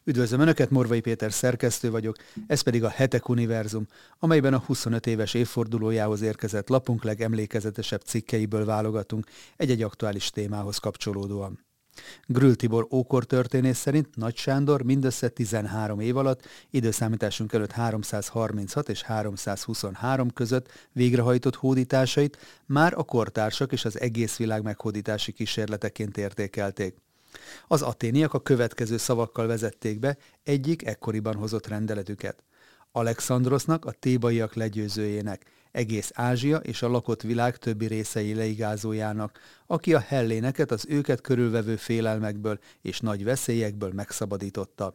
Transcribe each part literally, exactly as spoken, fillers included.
Üdvözlöm Önöket, Morvai Péter szerkesztő vagyok, ez pedig a Hetek Univerzum, amelyben a huszonöt éves évfordulójához érkezett lapunk legemlékezetesebb cikkeiből válogatunk egy-egy aktuális témához kapcsolódóan. Grül Tibor ókortörténész szerint Nagy Sándor mindössze tizenhárom év alatt, időszámításunk előtt háromszázharminchat és háromszázhuszonhárom között végrehajtott hódításait már a kortársak és az egész világ meghódítási kísérleteként értékelték. Az athéniak a következő szavakkal vezették be egyik ekkoriban hozott rendeletüket. Alexandrosznak, a thébaiak legyőzőjének, egész Ázsia és a lakott világ többi részei leigázójának, aki a helléneket az őket körülvevő félelmekből és nagy veszélyekből megszabadította.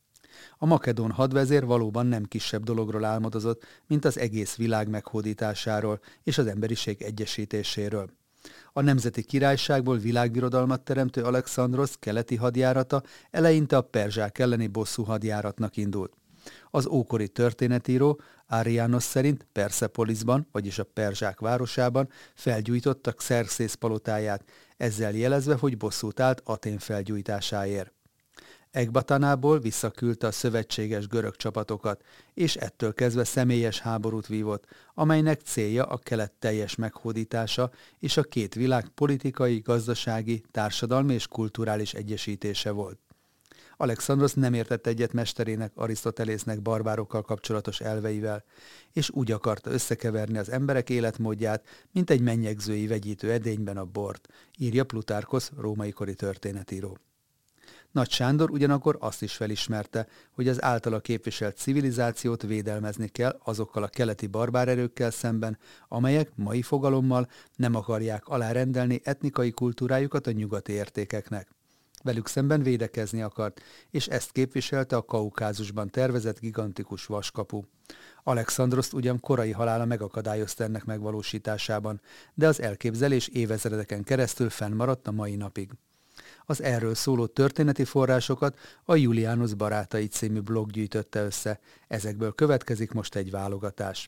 A makedón hadvezér valóban nem kisebb dologról álmodozott, mint az egész világ meghódításáról és az emberiség egyesítéséről. A nemzeti királyságból világbirodalmat teremtő Alexandrosz keleti hadjárata eleinte a perzsák elleni bosszú hadjáratnak indult. Az ókori történetíró Áriánosz szerint Perszepoliszban, vagyis a perzsák városában felgyújtottak Xerxész palotáját, ezzel jelezve, hogy bosszút állt Atén felgyújtásáért. Ekbatanából visszaküldte a szövetséges görög csapatokat, és ettől kezdve személyes háborút vívott, amelynek célja a kelet teljes meghódítása és a két világ politikai, gazdasági, társadalmi és kulturális egyesítése volt. Alexandrosz nem értett egyet mesterének, Arisztotelésznek barbárokkal kapcsolatos elveivel, és úgy akarta összekeverni az emberek életmódját, mint egy mennyegzői vegyítő edényben a bort, írja Plutárkosz, római kori történetíró. Nagy Sándor ugyanakkor azt is felismerte, hogy az általa képviselt civilizációt védelmezni kell azokkal a keleti barbárerőkkel szemben, amelyek mai fogalommal nem akarják alárendelni etnikai kultúrájukat a nyugati értékeknek. Velük szemben védekezni akart, és ezt képviselte a Kaukázusban tervezett gigantikus vaskapu. Alexandroszt ugyan korai halála megakadályozta ennek megvalósításában, de az elképzelés évezredeken keresztül fennmaradt a mai napig. Az erről szóló történeti forrásokat a Julianus Barátai című blog gyűjtötte össze, ezekből következik most egy válogatás.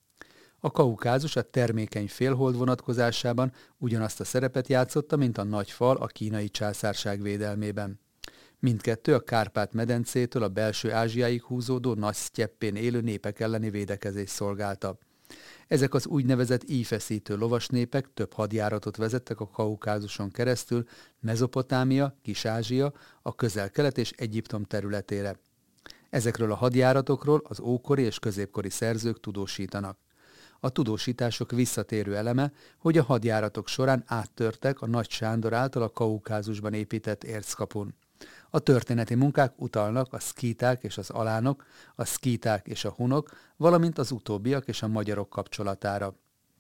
A Kaukázus a termékeny félhold vonatkozásában ugyanazt a szerepet játszotta, mint a nagy fal a kínai császárság védelmében. Mindkettő a Kárpát-medencétől a belső Ázsiáig húzódó nagy sztyeppén élő népek elleni védekezés szolgálta. Ezek az úgynevezett íjfeszítő lovasnépek több hadjáratot vezettek a Kaukázuson keresztül Mezopotámia, Kis-Ázsia, a Közel-Kelet és Egyiptom területére. Ezekről a hadjáratokról az ókori és középkori szerzők tudósítanak. A tudósítások visszatérő eleme, hogy a hadjáratok során áttörtek a Nagy Sándor által a Kaukázusban épített érckapun. A történeti munkák utalnak a szkíták és az alánok, a szkíták és a hunok, valamint az utóbbiak és a magyarok kapcsolatára.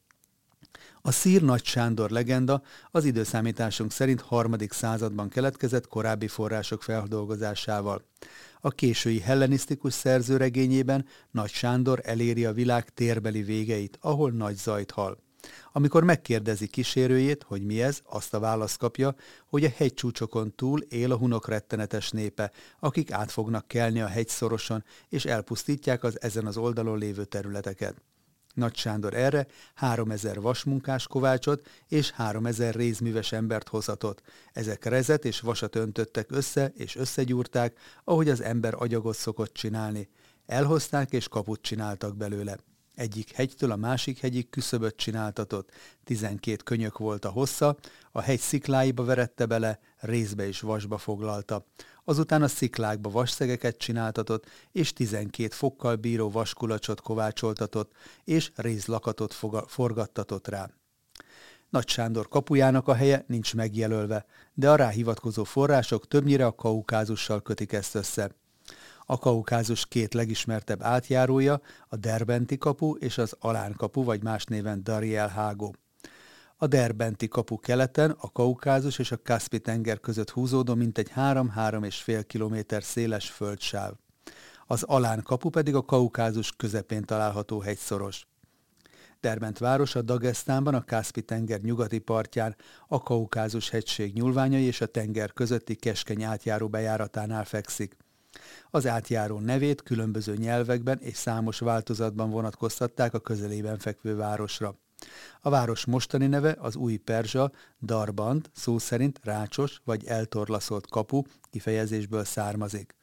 A szír Nagy Sándor legenda az időszámításunk szerint harmadik században keletkezett korábbi források feldolgozásával. A késői hellenisztikus szerzőregényében Nagy Sándor eléri a világ térbeli végeit, ahol nagy zajt hall. Amikor megkérdezi kísérőjét, hogy mi ez, azt a választ kapja, hogy a hegycsúcsokon túl él a hunok rettenetes népe, akik át fognak kelni a hegyszoroson, és elpusztítják az ezen az oldalon lévő területeket. Nagy Sándor erre háromezer vasmunkás kovácsot és háromezer rézműves embert hozhatott. Ezek rezet és vasat öntöttek össze és összegyúrták, ahogy az ember agyagot szokott csinálni. Elhozták és kaput csináltak belőle. Egyik hegytől a másik hegyig küszöböt csináltatott, tizenkét könyök volt a hossza, a hegy szikláiba verette bele, rézbe és vasba foglalta. Azután a sziklákba vasszegeket csináltatott, és tizenkét fokkal bíró vaskulacsot kovácsoltatott, és rézlakatot forgattatott rá. Nagy Sándor kapujának a helye nincs megjelölve, de a rá hivatkozó források többnyire a Kaukázussal kötik ezt össze. A Kaukázus két legismertebb átjárója a Derbenti kapu és az Alán kapu, vagy más néven Dariel hágó. A Derbenti kapu keleten a Kaukázus és a Kaszpi-tenger között húzódó mintegy három-három és fél kilométer széles földsáv. Az Alán kapu pedig a Kaukázus közepén található hegyszoros. Derbent városa Dagesztánban a Kaszpi-tenger nyugati partján, a Kaukázus hegység nyúlványai és a tenger közötti keskeny átjáró bejáratánál fekszik. Az átjáró nevét különböző nyelvekben és számos változatban vonatkoztatták a közelében fekvő városra. A város mostani neve az új perzsa Darband, szó szerint rácsos vagy eltorlaszolt kapu kifejezésből származik.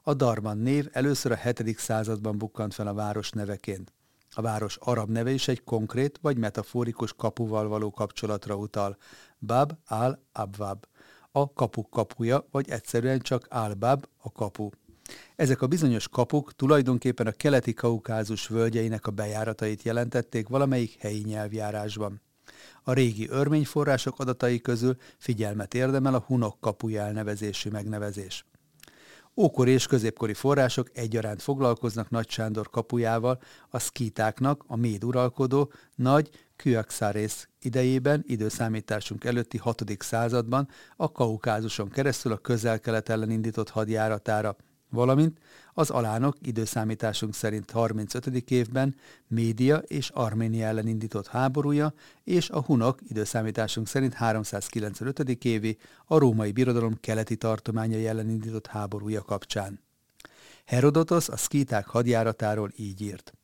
A Darman név először a hetedik században bukkant fel a város neveként. A város arab neve is egy konkrét vagy metaforikus kapuval való kapcsolatra utal. Bab al-Abwab, a kapuk kapuja, vagy egyszerűen csak al-Bab, a kapu. Ezek a bizonyos kapuk tulajdonképpen a keleti Kaukázus völgyeinek a bejáratait jelentették valamelyik helyi nyelvjárásban. A régi örményforrások adatai közül figyelmet érdemel a Hunok kapuja elnevezésű megnevezés. Ókori és középkori források egyaránt foglalkoznak Nagy Sándor kapujával, a szkítáknak a méd uralkodó Nagy Kyaxarész idejében, időszámításunk előtti hatodik században a Kaukázuson keresztül a Közel-Kelet ellen indított hadjáratára, valamint az alánok időszámításunk szerint harmincötödik évben Média és Arménia ellen indított háborúja, és a hunok időszámításunk szerint háromszázkilencvenötödik évi a Római Birodalom keleti tartományai ellen indított háborúja kapcsán. Herodotosz a szkíták hadjáratáról így írt.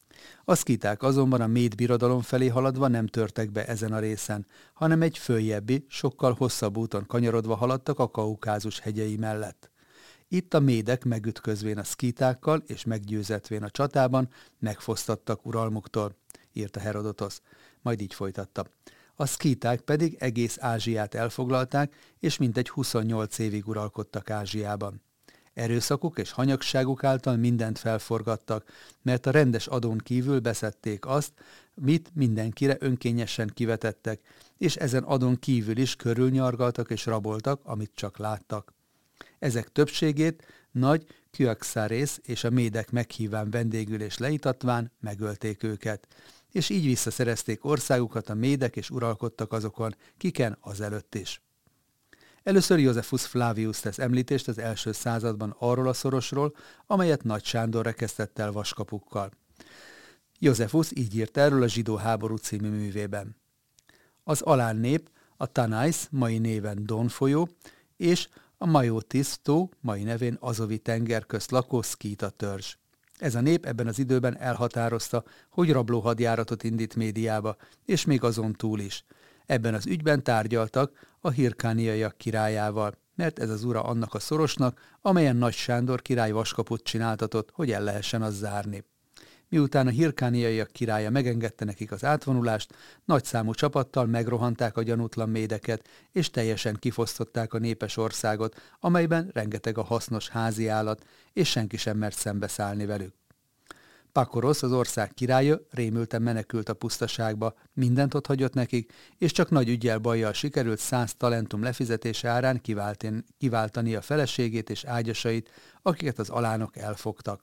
A szkíták azonban a méd birodalom felé haladva nem törtek be ezen a részen, hanem egy följebbi, sokkal hosszabb úton kanyarodva haladtak a Kaukázus hegyei mellett. Itt a médek megütközvén a szkítákkal és meggyőzetvén a csatában megfosztattak uralmuktól, írta Herodotosz, majd így folytatta. A szkíták pedig egész Ázsiát elfoglalták, és mintegy huszonnyolc évig uralkodtak Ázsiában. Erőszakuk és hanyagságuk által mindent felforgattak, mert a rendes adón kívül beszedték azt, mit mindenkire önkényesen kivetettek, és ezen adón kívül is körülnyargaltak és raboltak, amit csak láttak. Ezek többségét Nagy Kyaxarész és a médek meghíván vendégül és leítatván megölték őket, és így visszaszerezték országukat a médek és uralkodtak azokon, kiken azelőtt is. Először Josephus Flavius tesz említést az első században arról a szorosról, amelyet Nagy Sándor rekesztett el vaskapukkal. Josephus így írt erről a Zsidó háború című művében. Az alán nép a Tanais, mai néven Don folyó, és a Majotis tó, mai nevén Azovi tenger közt lakó szkíta törzs. Ez a nép ebben az időben elhatározta, hogy rabló hadjáratot indít Médiába, és még azon túl is. Ebben az ügyben tárgyaltak a hirkániaiak királyával, mert ez az ura annak a szorosnak, amelyen Nagy Sándor király vaskaput csináltatott, hogy el lehessen az zárni. Miután a hirkániaiak királya megengedte nekik az átvonulást, nagyszámú csapattal megrohanták a gyanútlan médeket, és teljesen kifosztották a népes országot, amelyben rengeteg a hasznos házi állat, és senki sem mert szembeszállni velük. Pakorosz, az ország királya, rémülten menekült a pusztaságba, mindent ott hagyott nekik, és csak nagy üggyel bajjal sikerült száz talentum lefizetése árán kiváltani a feleségét és ágyasait, akiket az alánok elfogtak.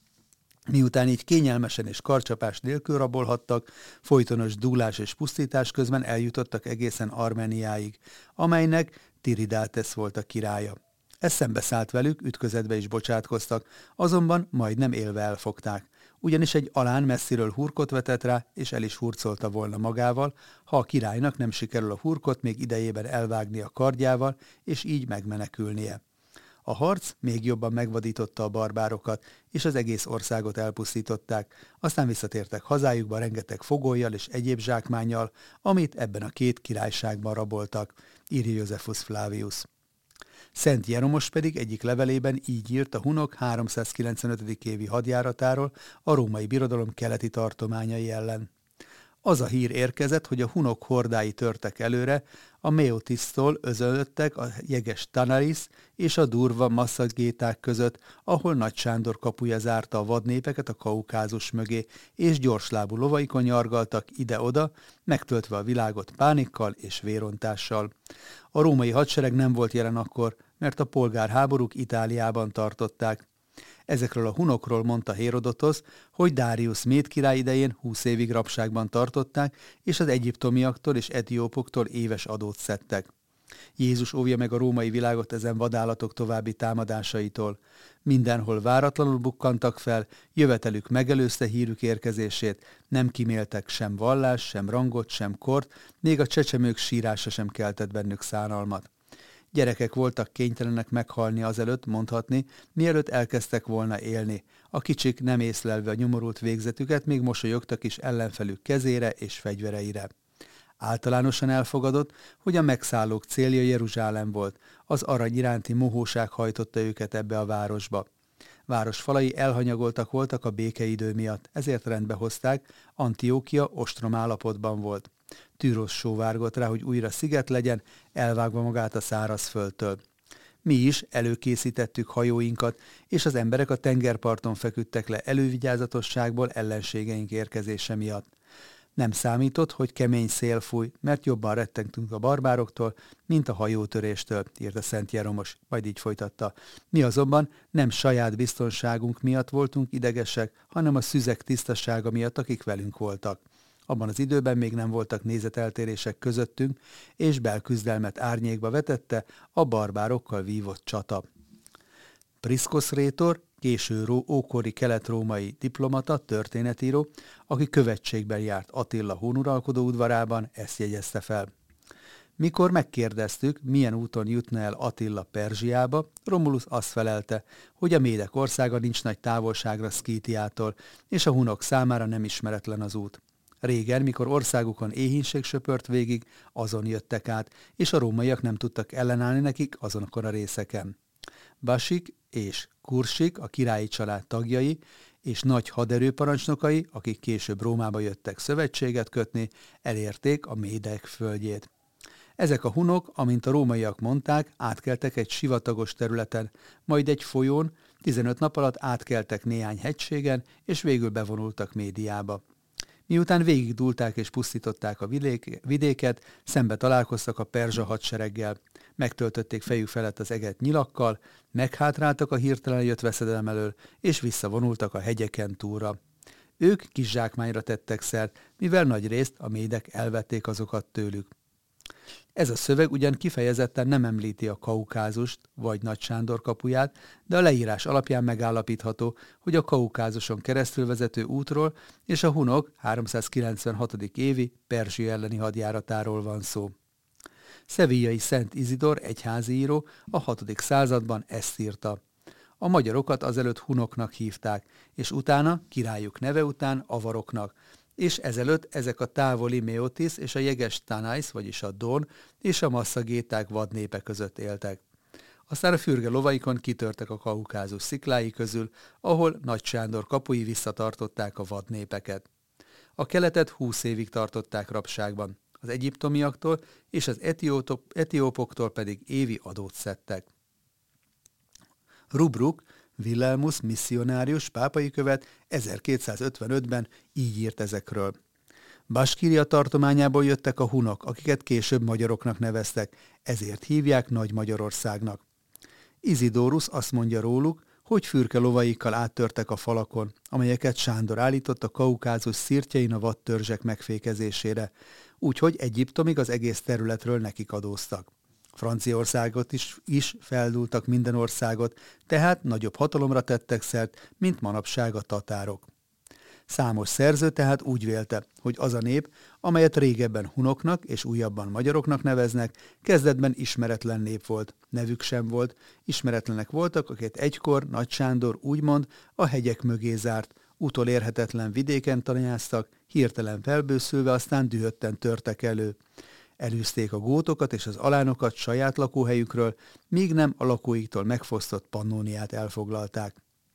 Miután így kényelmesen és karcsapás nélkül rabolhattak, folytonos dúlás és pusztítás közben eljutottak egészen Armeniáig, amelynek Tiridates volt a királya. Ez szembeszállt velük, ütközetbe is bocsátkoztak, azonban majdnem élve elfogták, ugyanis egy alán messziről hurkot vetett rá, és el is hurcolta volna magával, ha a királynak nem sikerül a hurkot még idejében elvágni a kardjával, és így megmenekülnie. A harc még jobban megvadította a barbárokat, és az egész országot elpusztították, aztán visszatértek hazájukba rengeteg fogollyal és egyéb zsákmánnyal, amit ebben a két királyságban raboltak, írja Josephus Flavius. Szent Jeromos pedig egyik levelében így írt a hunok háromszázkilencvenötödik évi hadjáratáról a Római Birodalom keleti tartományai ellen. Az a hír érkezett, hogy a hunok hordái törtek előre, a Meotisztól özönlöttek a jeges Tanaris és a durva Masszagéták között, ahol Nagy Sándor kapuja zárta a vadnépeket a Kaukázus mögé, és gyorslábú lovaikon nyargaltak ide-oda, megtöltve a világot pánikkal és vérontással. A római hadsereg nem volt jelen akkor, mert a polgárháborúk Itáliában tartották. Ezekről a hunokról mondta Hérodotosz, hogy Dáriusz méd király idején húsz évig rabságban tartották, és az egyiptomiaktól és etiópoktól éves adót szedtek. Jézus óvja meg a római világot ezen vadállatok további támadásaitól. Mindenhol váratlanul bukkantak fel, jövetelük megelőzte hírük érkezését, nem kiméltek sem vallás, sem rangot, sem kort, még a csecsemők sírása sem keltett bennük szánalmat. Gyerekek voltak kénytelenek meghalni azelőtt, mondhatni, mielőtt elkezdtek volna élni. A kicsik nem észlelve a nyomorult végzetüket, még mosolyogtak is ellenfelük kezére és fegyvereire. Általánosan elfogadott, hogy a megszállók célja Jeruzsálem volt, az arany iránti mohóság hajtotta őket ebbe a városba. Város falai elhanyagoltak voltak a békeidő miatt, ezért rendbe hozták, Antiókia ostrom állapotban volt. Tűrosz sóvárgott rá, hogy újra sziget legyen, elvágva magát a szárazföldtől. Mi is előkészítettük hajóinkat, és az emberek a tengerparton feküdtek le elővigyázatosságból ellenségeink érkezése miatt. Nem számított, hogy kemény szél fúj, mert jobban rettentünk a barbároktól, mint a hajótöréstől, írta Szent Jeromos, majd így folytatta. Mi azonban nem saját biztonságunk miatt voltunk idegesek, hanem a szüzek tisztasága miatt, akik velünk voltak. Abban az időben még nem voltak nézeteltérések közöttünk, és belküzdelmet árnyékba vetette a barbárokkal vívott csata. Priszkosz rétor, késő ókori kelet-római diplomata, történetíró, aki követségben járt Attila hónuralkodó udvarában, ezt jegyezte fel. Mikor megkérdeztük, milyen úton jutna el Attila Perzsiába, Romulus azt felelte, hogy a médek országa nincs nagy távolságra Szkítiától, és a hunok számára nem ismeretlen az út. Régen, mikor országukon éhínség söpört végig, azon jöttek át, és a rómaiak nem tudtak ellenállni nekik azonokon a részeken. Basik és Kursik, a királyi család tagjai, és nagy haderőparancsnokai, akik később Rómába jöttek szövetséget kötni, elérték a médek földjét. Ezek a hunok, amint a rómaiak mondták, átkeltek egy sivatagos területen, majd egy folyón, tizenöt nap alatt átkeltek néhány hegységen, és végül bevonultak Médiába. Miután végigdúlták és pusztították a vidéket, szembe találkoztak a perzsa hadsereggel. Megtöltötték fejük felett az eget nyilakkal, meghátráltak a hirtelen jött veszedelem elől, és visszavonultak a hegyeken túlra. Ők kis zsákmányra tettek szert, mivel nagyrészt a médek elvették azokat tőlük. Ez a szöveg ugyan kifejezetten nem említi a Kaukázust vagy Nagy Sándor kapuját, de a leírás alapján megállapítható, hogy a Kaukázuson keresztül vezető útról és a hunok háromszázkilencvenhatodik évi Perzsia elleni hadjáratáról van szó. Szevillai Szent Izidor egyházi író a hatodik században ezt írta. A magyarokat azelőtt hunoknak hívták, és utána, királyuk neve után avaroknak, és ezelőtt ezek a távoli Meotis és a jeges Tanais, vagyis a Don és a masszagéták vadnépe között éltek. Aztán a fürge lovaikon kitörtek a Kaukázus sziklái közül, ahol Nagy Sándor kapui visszatartották a vadnépeket. A keletet húsz évig tartották rabságban, az egyiptomiaktól és az etiópoktól pedig évi adót szedtek. Rubruk, Wilhelmus misszionárius pápai követ ezerkétszázötvenötben így írt ezekről. Baskíria tartományából jöttek a hunok, akiket később magyaroknak neveztek, ezért hívják Nagy Magyarországnak. Izidorus azt mondja róluk, hogy fürke lovaikkal áttörtek a falakon, amelyeket Sándor állított a Kaukázus szirtjein a vadtörzsek megfékezésére, úgyhogy Egyiptomig az egész területről nekik adóztak. Franciaországot is, is feldúltak minden országot, tehát nagyobb hatalomra tettek szert, mint manapság a tatárok. Számos szerző tehát úgy vélte, hogy az a nép, amelyet régebben hunoknak és újabban magyaroknak neveznek, kezdetben ismeretlen nép volt, nevük sem volt, ismeretlenek voltak, akiket egykor Nagy Sándor úgymond a hegyek mögé zárt, utolérhetetlen vidéken tanyáztak, hirtelen felbőszülve, aztán dühötten törtek elő. Elűzték a gótokat és az alánokat saját lakóhelyükről, míg nem a lakóiktól megfosztott Pannóniát elfoglalták.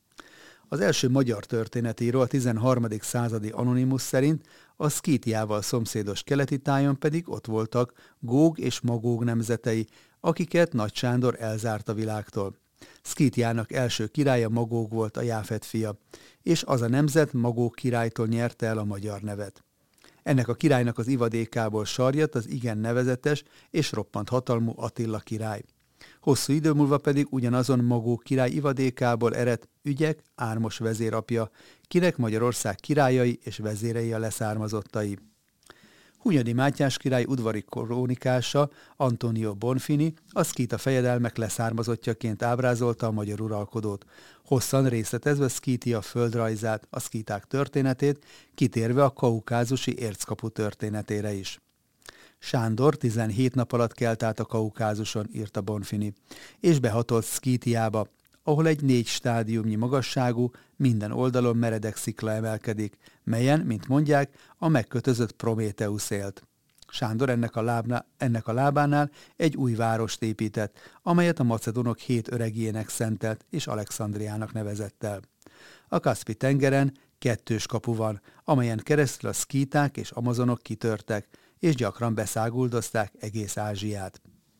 Az első magyar történetíró, a tizenharmadik századi Anonymus szerint a Szkítiával szomszédos keleti tájon pedig ott voltak Góg és Magóg nemzetei, akiket Nagy Sándor elzárt a világtól. Szkítiának első királya Magóg volt, a Jáfet fia, és az a nemzet Magóg királytól nyerte el a magyar nevet. Ennek a királynak az ivadékából sarjadt az igen nevezetes és roppant hatalmú Attila király. Hosszú idő múlva pedig ugyanazon Magóg király ivadékából eredt Ügyek Ármos vezérapja, kinek Magyarország királyai és vezérei a leszármazottai. Hunyadi Mátyás király udvari krónikása Antonio Bonfini a szkíta fejedelmek leszármazottjaként ábrázolta a magyar uralkodót, hosszan részletezve Szkítia földrajzát, a szkíták történetét, kitérve a kaukázusi érckapu történetére is. Sándor tizenhét nap alatt kelt át a Kaukázuson, írta Bonfini, és behatolt Szkítiába, ahol egy négy stádiumnyi magasságú, minden oldalon meredek szikla emelkedik, melyen, mint mondják, a megkötözött Prométeusz élt. Sándor ennek a, lábná, ennek a lábánál egy új várost épített, amelyet a macedónok hét öregjének szentelt és Alexandriának nevezett el. A Kaszpi-tengeren kettős kapu van, amelyen keresztül a szkíták és amazonok kitörtek, és gyakran beszáguldozták egész Ázsiát.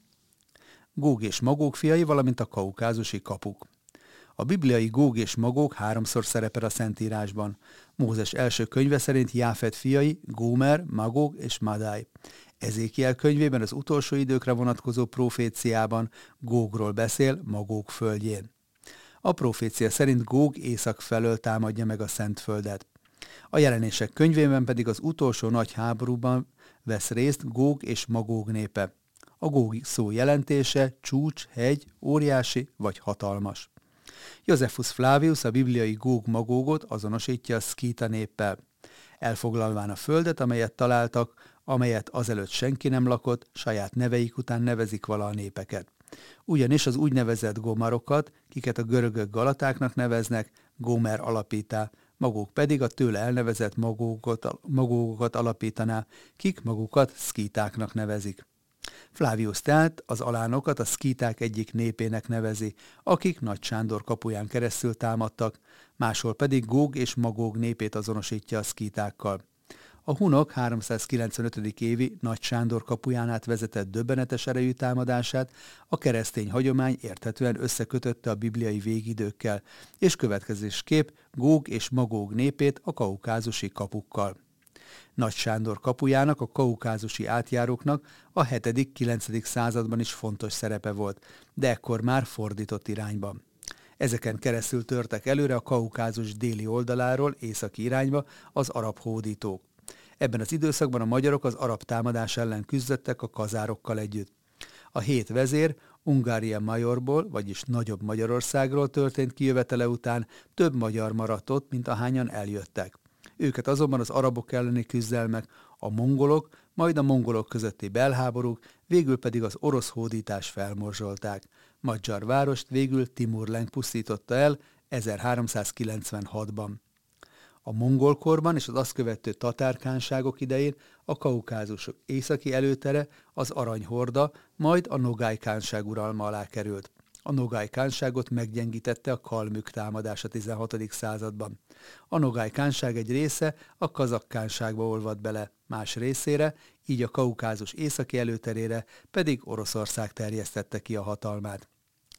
Góg és Magóg fiai, valamint a kaukázusi kapuk. A bibliai Góg és Magóg háromszor szerepel a Szentírásban. Mózes első könyve szerint Jáfet fiai Gómer, Magóg és Madai. Ezékiel könyvében az utolsó időkre vonatkozó proféciában Gógról beszél Magóg földjén. A profécia szerint Góg észak felől támadja meg a Szentföldet. A Jelenések könyvében pedig az utolsó nagy háborúban vesz részt Góg és Magóg népe. A Góg szó jelentése csúcs, hegy, óriási vagy hatalmas. Josephus Flavius a bibliai Góg-Magógot azonosítja a szkíta néppel. Elfoglalván a földet, amelyet találtak, amelyet azelőtt senki nem lakott, saját neveik után nevezik vala a népeket. Ugyanis az úgynevezett gomarokat, kiket a görögök galatáknak neveznek, Gómer alapítá, Magók pedig a tőle elnevezett magógot, magógokat alapítaná, kik magukat szkítáknak nevezik. Flavius tehát az alánokat a szkíták egyik népének nevezi, akik Nagy Sándor kapuján keresztül támadtak, máshol pedig Góg és Magóg népét azonosítja a szkítákkal. A hunok háromszázkilencvenötödik évi Nagy Sándor kapuján át vezetett döbbenetes erejű támadását a keresztény hagyomány érthetően összekötötte a bibliai végidőkkel, és következésképp Góg és Magóg népét a kaukázusi kapukkal. Nagy Sándor kapujának, a kaukázusi átjáróknak a hetedik-kilencedik században is fontos szerepe volt, de ekkor már fordított irányban. Ezeken keresztül törtek előre a Kaukázus déli oldaláról északi irányba az arab hódítók. Ebben az időszakban a magyarok az arab támadás ellen küzdöttek a kazárokkal együtt. A hét vezér Ungária Majorból, vagyis Nagyobb Magyarországról történt kijövetele után több magyar maradt ott, mint ahányan eljöttek. Őket azonban az arabok elleni küzdelmek, a mongolok, majd a mongolok közötti belháborúk, végül pedig az orosz hódítás felmorzsolták. Madzsar várost végül Timur Lenk pusztította el ezerháromszázkilencvenhatban. A mongol korban és az azt követő tatárkánságok idején a kaukázusok északi előtere, az Aranyhorda, majd a Nogály kánság uralma alá került. A Nogály kánságot meggyengítette a kalmük támadás a tizenhatodik században. A Nogály kánság egy része a kazak kánságba olvadt bele, más részére, így a Kaukázus északi előterére pedig Oroszország terjesztette ki a hatalmát.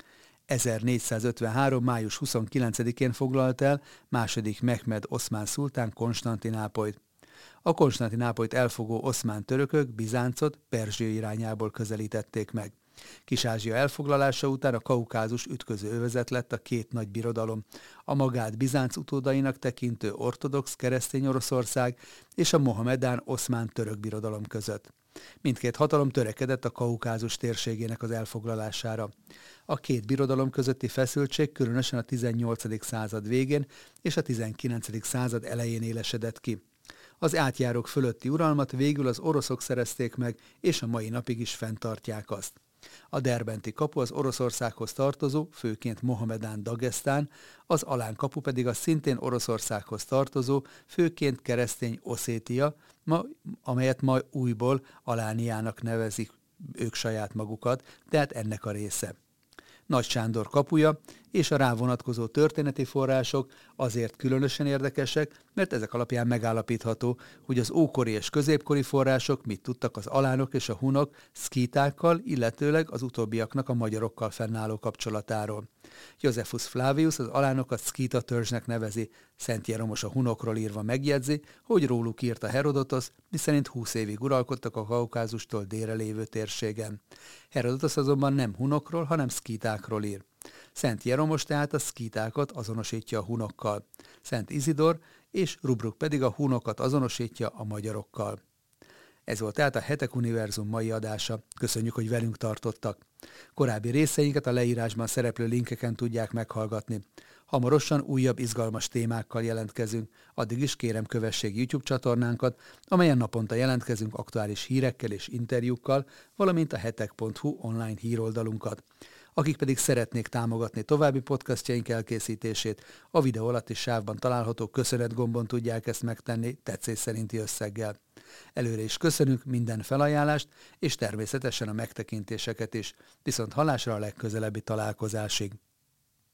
ezernégyszázötvenhárom. május huszonkilencedikén foglalt el második Mehmed oszmán szultán Konstantinápolyt. A Konstantinápolyt elfogó oszmán törökök Bizáncot Perzsia irányából közelítették meg. Kis-Ázsia elfoglalása után a Kaukázus ütköző övezet lett a két nagy birodalom, a magát Bizánc utódainak tekintő ortodox keresztény Oroszország és a mohamedán oszmán török birodalom között. Mindkét hatalom törekedett a Kaukázus térségének az elfoglalására. A két birodalom közötti feszültség különösen a tizennyolcadik század végén és a tizenkilencedik század elején élesedett ki. Az átjárók fölötti uralmat végül az oroszok szerezték meg, és a mai napig is fenntartják azt. A Derbenti kapu az Oroszországhoz tartozó, főként Mohamedán Dagesztán, az Alán kapu pedig a szintén Oroszországhoz tartozó, főként keresztény Oszétia, ma, amelyet ma újból Alániának nevezik ők saját magukat, tehát ennek a része. Nagy Sándor kapuja és a rá vonatkozó történeti források azért különösen érdekesek, mert ezek alapján megállapítható, hogy az ókori és középkori források mit tudtak az alánok és a hunok szkítákkal, illetőleg az utóbbiaknak a magyarokkal fennálló kapcsolatáról. Josephus Flavius az alánokat szkíta törzsnek nevezi, Szent Jeromos a hunokról írva megjegyzi, hogy róluk írta Herodotosz, miszerint húsz évig uralkodtak a Kaukázustól délre lévő térségen. Herodotosz azonban nem hunokról, hanem szkítákról ír. Szent Jeromos tehát a szkítákat azonosítja a hunokkal, Szent Izidor és Rubruk pedig a hunokat azonosítja a magyarokkal. Ez volt tehát a Hetek Univerzum mai adása. Köszönjük, hogy velünk tartottak. Korábbi részeinket a leírásban szereplő linkeken tudják meghallgatni. Hamarosan újabb izgalmas témákkal jelentkezünk. Addig is kérem, kövessék YouTube csatornánkat, amelyen naponta jelentkezünk aktuális hírekkel és interjúkkal, valamint a hetek pont hu online híroldalunkat. Akik pedig szeretnék támogatni további podcastjaink elkészítését, a videó alatti sávban található köszönet gombon tudják ezt megtenni tetszés szerinti összeggel. Előre is köszönünk minden felajánlást, és természetesen a megtekintéseket is. Viszont hallásra a legközelebbi találkozásig.